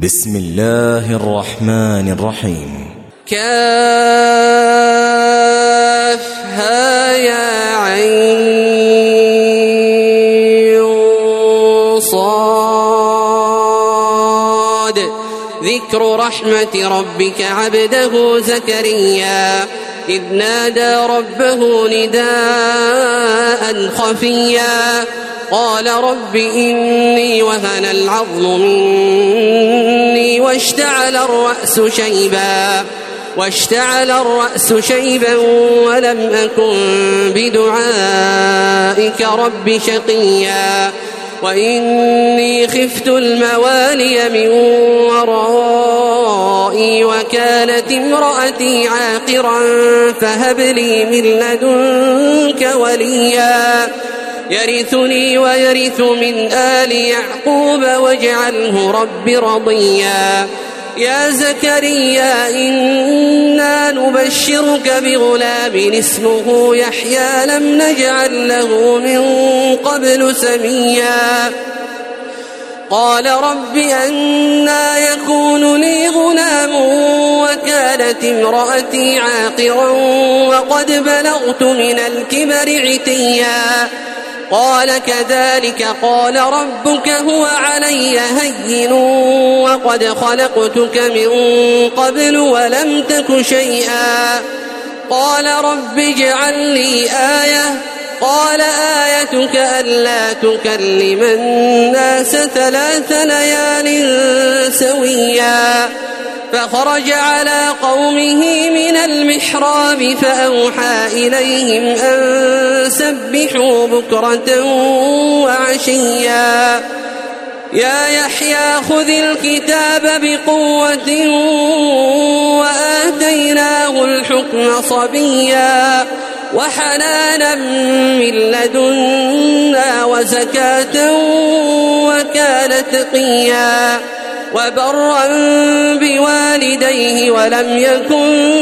بسم الله الرحمن الرحيم. كافها يا عين صاد. ذكر رحمة ربك عبده زكريا إذ نادى ربه نداء خفيا قال رب إني وهن العظم مني واشتعل الرأس شيبا ولم أكن بدعائك رب شقيا وإني خفت الموالي من ورائي وكانت امرأتي عاقرا فهب لي من لدنك وليا يرثني ويرث من آل يعقوب واجعله رب رضيا. يا زكريا إنا نبشرك بغلام اسمه يحيى لم نجعل له من قبل سميا. قال رب أنى يكون لي غلام وكانت امرأتي عاقرا وقد بلغت من الكبر عتيا. قال كذلك قال ربك هو علي هين وقد خلقتك من قبل ولم تك شيئا. قال رب اجعل لي آية. قال آيتك ألا تكلم الناس 3 ليال سويا. فخرج على قومه من المحراب فأوحى إليهم أن سبحوا بكرة وعشيا. يا يحيى خذ الكتاب بقوة وآتيناه الحكم صبيا وحنانا من لدنا وزكاة وكان تقيا وبرا بوالديه ولم يكن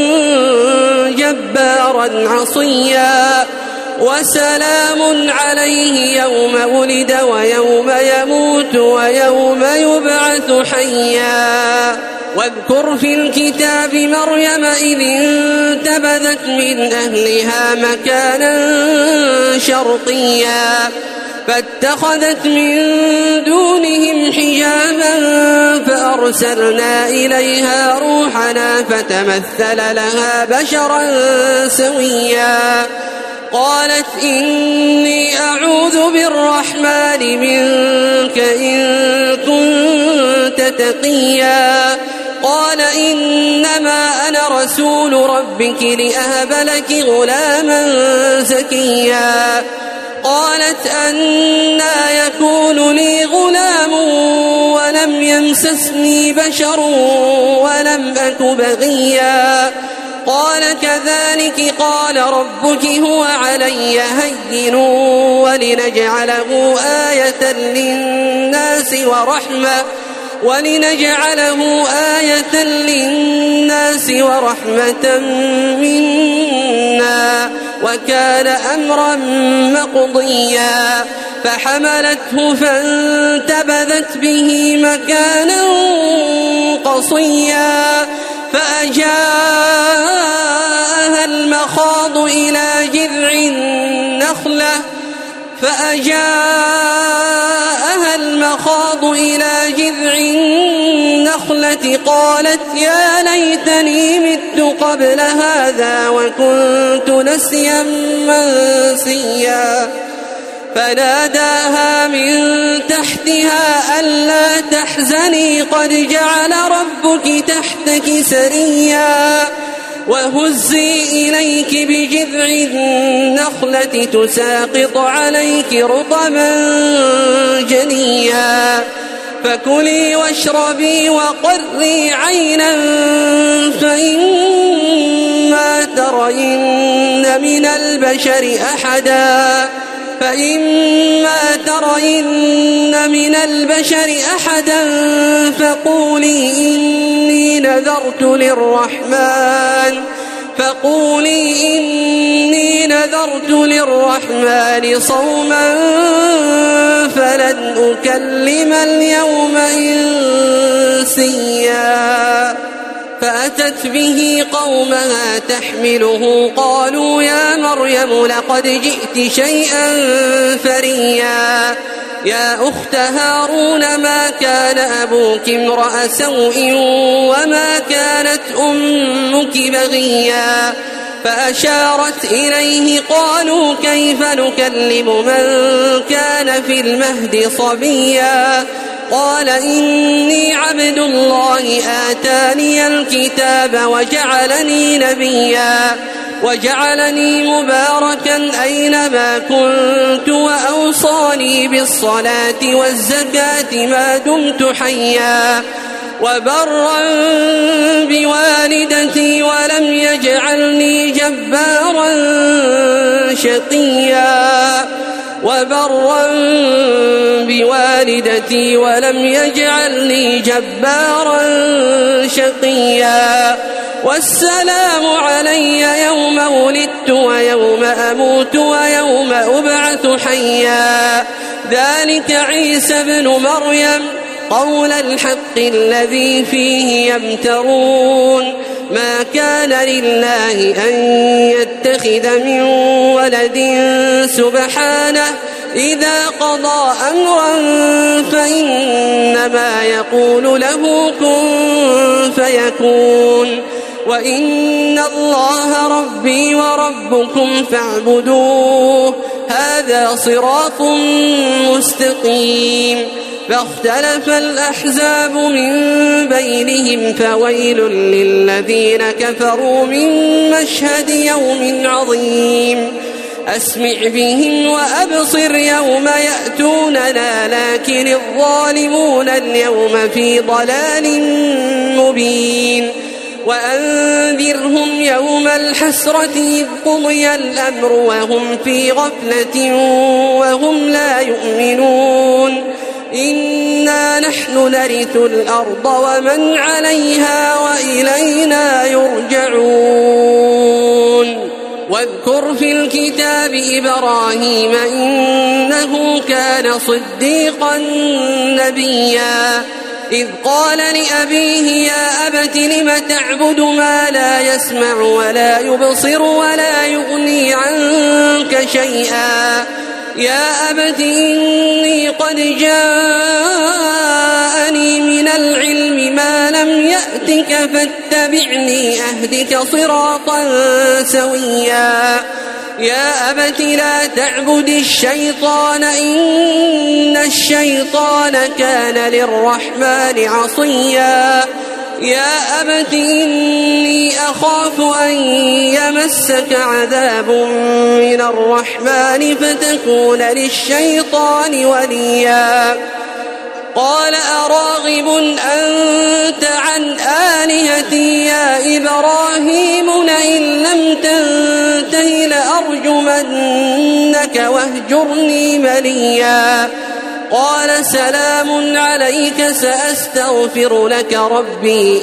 جبارا عصيا. وسلام عليه يوم ولد ويوم يموت ويوم يبعث حيا. واذكر في الكتاب مريم إذ انتبذت من أهلها مكانا شرقيا فاتخذت من دونهم حجابا فأرسلنا إليها روحنا فتمثل لها بشرا سويا. قالت إني أعوذ بالرحمن منك إن كنت تقيا. قال إنما أنا رسول ربك لأهب لك غلاما زكيا. قالت أنى يكون لي غلام ولم يمسسني بشر ولم أك بغيا. قال كذلك قال ربك هو علي هين ولنجعله آية للناس ورحمة منا وكان أمرا مقضيا. فحملته فانتبذت به مكانا قصيا فأجاءها المخاض إلى جذع النخلة قالت يا ليتني مت قبل هذا وكنت نسيا منسيا. فناداها من تحتها ألا تحزني قد جعل ربك تحتك سريا. وهزي إليك بجذع النخلة تساقط عليك رطبا جنيا. فكلي واشربي وقري عينا فإما ترين من البشر أحدا فقولي إني نذرت للرحمن صوما فلن أكلم اليوم إنسيا. منسيا فأتت به قومها تحمله قالوا يا مريم لقد جئت شيئا فريا يا أخت هارون ما كان أبوك امرأ سوء وما كانت أمك بغيا فأشارت إليه قالوا كيف نكلم من كان في المهد صبيا قال إني عبد الله آتاني الكتاب وجعلني نبيا وجعلني مباركا أينما كنت وأوصاني بالصلاة والزكاة ما دمت حيا وبرا بوالدتي ولم يجعلني جبارا شقيا وبرا بوالدتي ولم يجعلني جبارا شقيا والسلام علي يوم ولدت ويوم أموت ويوم أبعث حيا ذلك عيسى بن مريم قول الحق الذي فيه يمترون ما كان لله أن يتخذ من ولد سبحانه إذا قضى أمرا فإنما يقول له كن فيكون وإن الله ربي وربكم فاعبدوه هذا صراط مستقيم فاختلف الأحزاب من بينهم فويل للذين كفروا من مشهد يوم عظيم أسمع بهم وأبصر يوم يأتوننا لكن الظالمون اليوم في ضلال مبين وأنذرهم يوم الحسرة إذ قضي الأمر وهم في غفلة وهم لا يؤمنون إنا نحن نرث الأرض ومن عليها وإلينا يرجعون واذكر في الكتاب إبراهيم إنه كان صديقا نبيا إذ قال لأبيه يا أبت لم تعبد ما لا يسمع ولا يبصر ولا يغني عنك شيئا يا أبت إني قد جاءني من العلم ما لم يأتك فاتبعني أهدك صراطا سويا يا أبت لا تعبد الشيطان إن الشيطان كان للرحمن عصيا يا أبت إني أخاف أن يمسك عذاب من الرحمن فتكون للشيطان وليا قال أراغب أنت عن آلهتي يا إبراهيم لئن لم تنته لأرجمنك واهجرني مليا قال سلام عليك سأستغفر لك ربي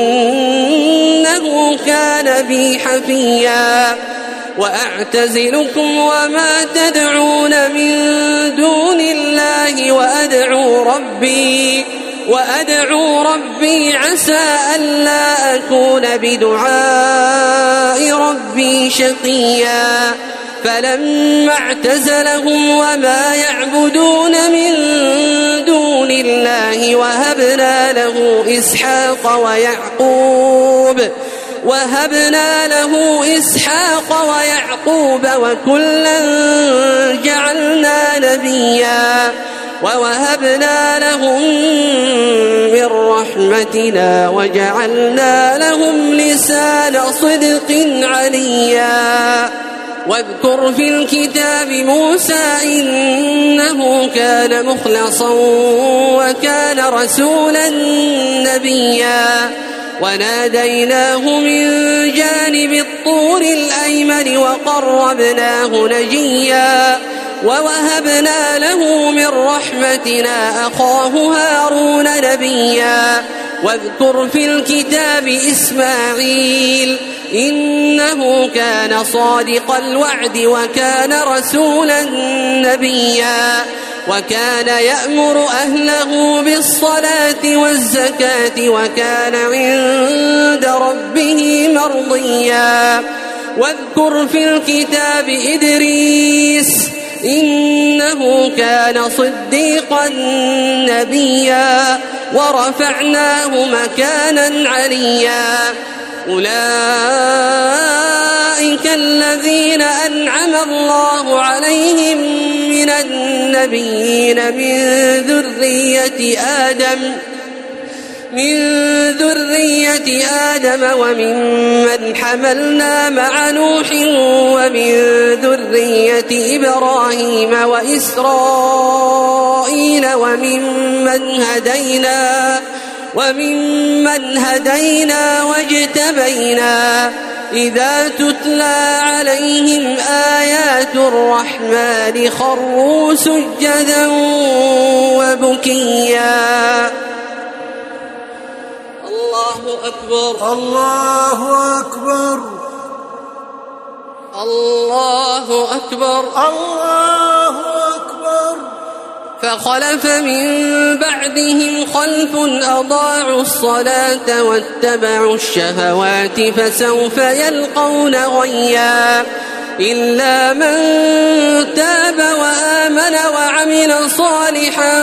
إنه كان بي حفيا وأعتزلكم وما تدعون من دون الله وأدعو ربي عسى ألا أكون بدعاء ربي شقيا فلما اعتزلهم وما يعبدون من دون الله وهبنا له إسحاق ويعقوب وكلا جعلنا نبيا ووهبنا لهم من رحمتنا وجعلنا لهم لسان صدق عليا واذكر في الكتاب موسى إنه كان مخلصا وكان رسولا نبيا وناديناه من جانب الطور الأيمن وقربناه نجيا ووهبنا له من رحمتنا أخاه هارون نبيا واذكر في الكتاب إسماعيل إنه كان صادق الوعد وكان رسولا نبيا وكان يأمر أهله بالصلاة والزكاة وكان عند ربه مرضيا واذكر في الكتاب إدريس إنه كان صديقا نبيا ورفعناه مكانا عليا أولئك الذين أنعم الله عليهم من النبيين من ذرية آدم وممن حملنا مع نوح ومن ذرية إبراهيم وإسرائيل وممن هدينا واجتبينا إذا تتلى عليهم آيات الرحمن خروا سجدا وبكيا. الله أكبر الله أكبر الله أكبر الله أكبر. فخلف من بعدهم خلف أضاعوا الصلاة واتبعوا الشهوات فسوف يلقون غيا إلا من تاب وآمن وعمل صالحا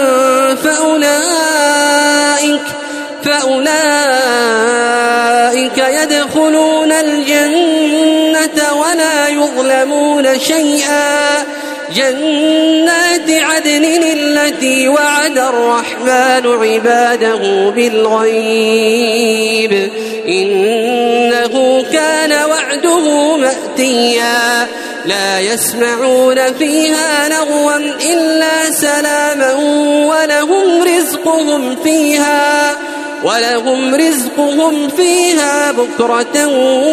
فأولئك يدخلون الجنة ولا يظلمون شيئا جنات عدن التي وعد الرحمن عباده بالغيب إنه كان وعده مأتيا لا يسمعون فيها لغوا إلا سلاما ولهم رزقهم فيها بكرة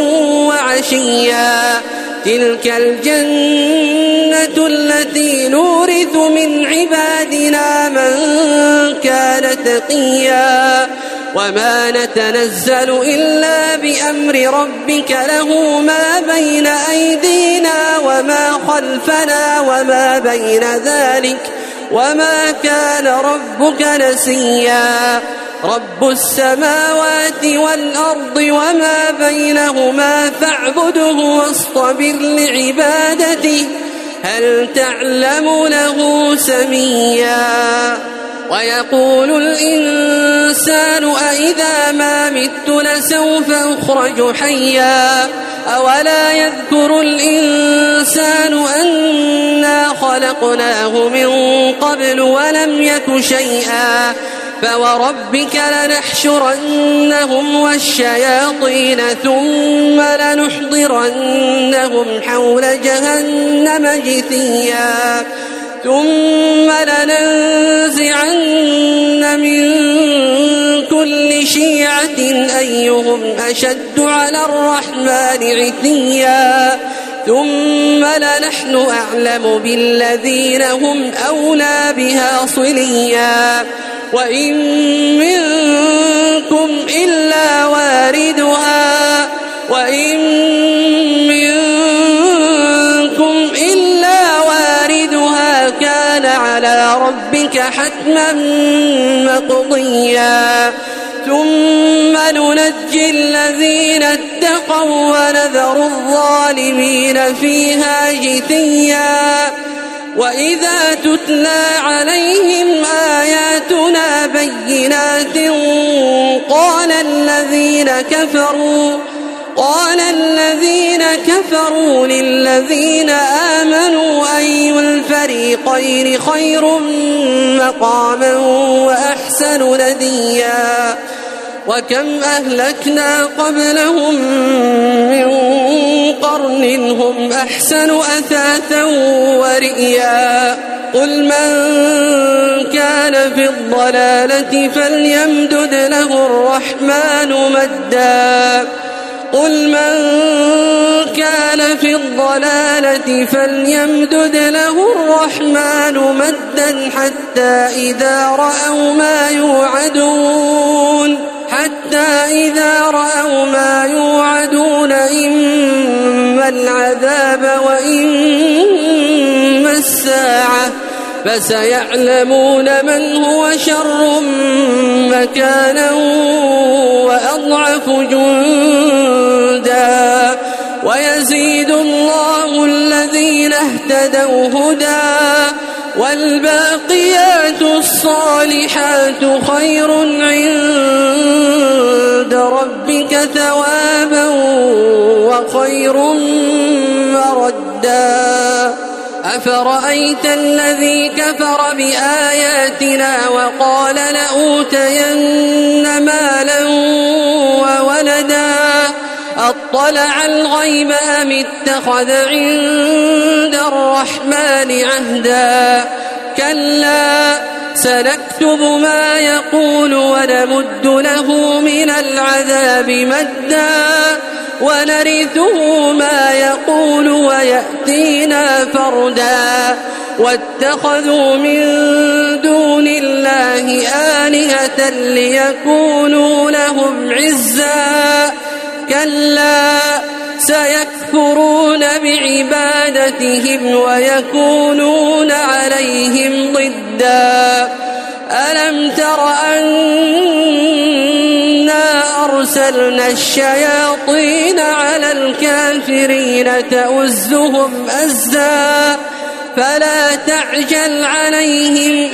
وعشيا تلك الجنة التي نورث من عبادنا من كان تقيا وما نتنزل إلا بأمر ربك له ما بين أيدينا وما خلفنا وما بين ذلك وما كان ربك نسيا رب السماوات والأرض وما بينهما فاعبده واصطبر لعبادته هل تعلم له سميا ويقول الإنسان أإذا ما مت لسوف أخرج حيا أولا يذكر الإنسان أنا خلقناه من قبل ولم يك شيئا فوربك لنحشرنهم والشياطين ثم لنحضرنهم حول جهنم جثيا ثم لننزعن من كل شيعة أيهم أشد على الرحمن عتيا ثم لنحن أعلم بالذين هم أولى بها صليا وإن منكم إلا واردها كان على ربك حتما مقضيا ثم ننجي الذين اتقوا ونذر الظالمين فيها جثيا وإذا تتلى عليهم آياتنا بينات قال الذين كفروا للذين آمنوا أي الفريقين خير مقاما وأحسن نديا وكم أهلكنا قبلهم من قرن هم أحسن أثاثا ورئيا قل من كان في الضلالة فليمدد له الرحمن مدا حتى إذا رأوا ما يوعدون إما العذاب وإما الساعة فسيعلمون من هو شر مكانا وأضعف جندا ويزيد الله الذين اهتدوا هدى والباقيات الصالحات خير عند ربك ثوابا وخير مردا أفرأيت الذي كفر بآياتنا وقال لأوتين مالا وولدا أطلع الغيب أم اتخذ عند الرحمن عهدا كلا سنكتب ما يقول ونمد له من العذاب مدا ونرثه ما يقول ويأتينا فردا واتخذوا من دون الله آلهة ليكونوا لهم عزا كلا سيكفرون بعبادتهم ويكونون عليهم ضدا ألم تر أنا أرسلنا الشياطين على الكافرين تؤزهم أزا فلا تعجل عليهم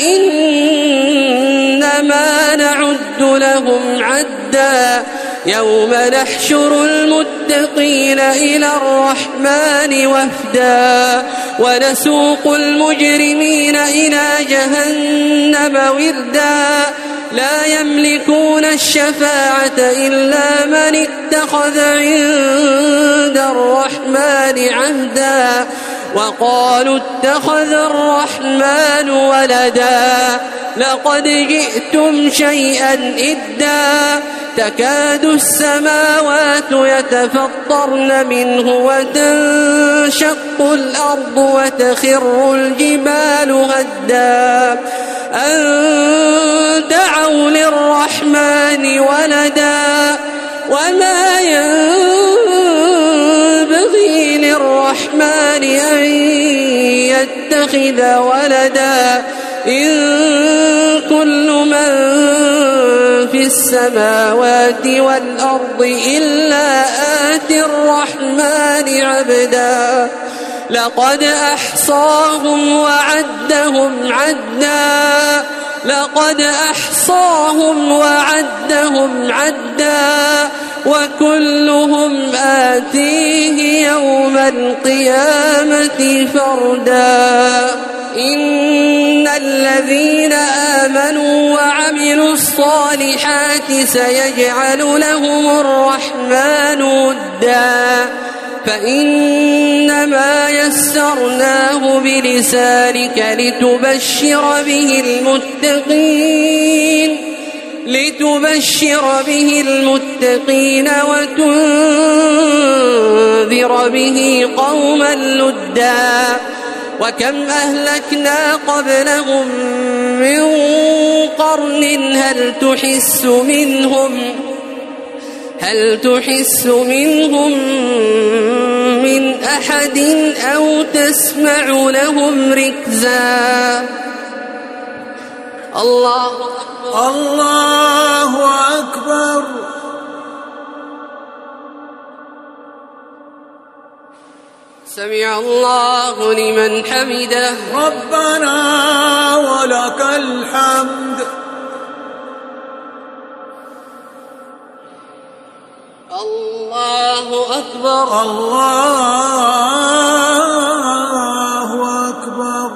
إنما نعد لهم عدا يوم نحشر المتقين إلى الرحمن وفدا ونسوق المجرمين إلى جهنم وردا لا يملكون الشفاعة إلا من اتخذ عند الرحمن عهدا وقالوا اتخذ الرحمن ولدا لقد جئتم شيئا إدا تكاد السماوات يتفطرن منه وتنشق الأرض وتخر الجبال هدا أن دعوا للرحمن ولدا وما ينبغي للرحمن أن يتخذ ولدا إن كل من في السماوات والأرض إلا آتي الرحمن عبدا لقد أحصاهم وعدهم عدا لقد أحصاهم وعدهم عدا وكلهم آتيه يوم القيامة فردا إن الذين آمنوا وعملوا الصالحات سيجعل لهم الرحمن ودا فإنما يسرناه بلسانك لتبشر به المتقين وتنذر به قوما لدا وكم أهلكنا قبلهم من قرن هل تحس منهم من أحد أو تسمع لهم ركزا الله أكبر سمع الله لمن حمده ربنا ولك الحمد الله أكبر الله أكبر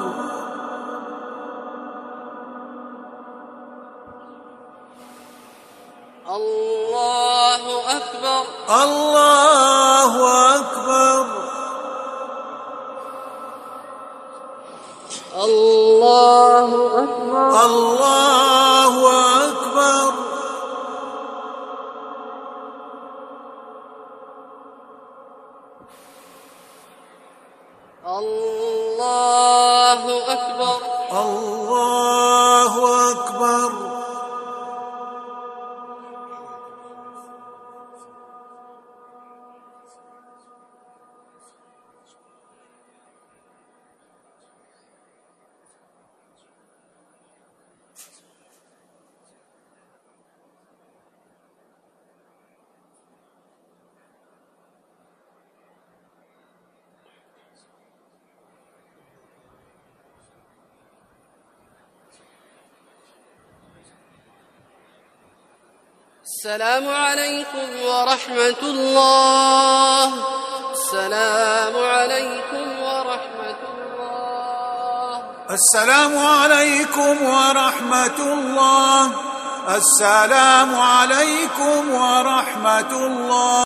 الله أكبر الله أكبر الله أكبر الله أكبر الله أكبر الله أكبر السلام عليكم ورحمة الله. السلام عليكم ورحمة الله. السلام عليكم ورحمة الله. السلام عليكم ورحمة الله.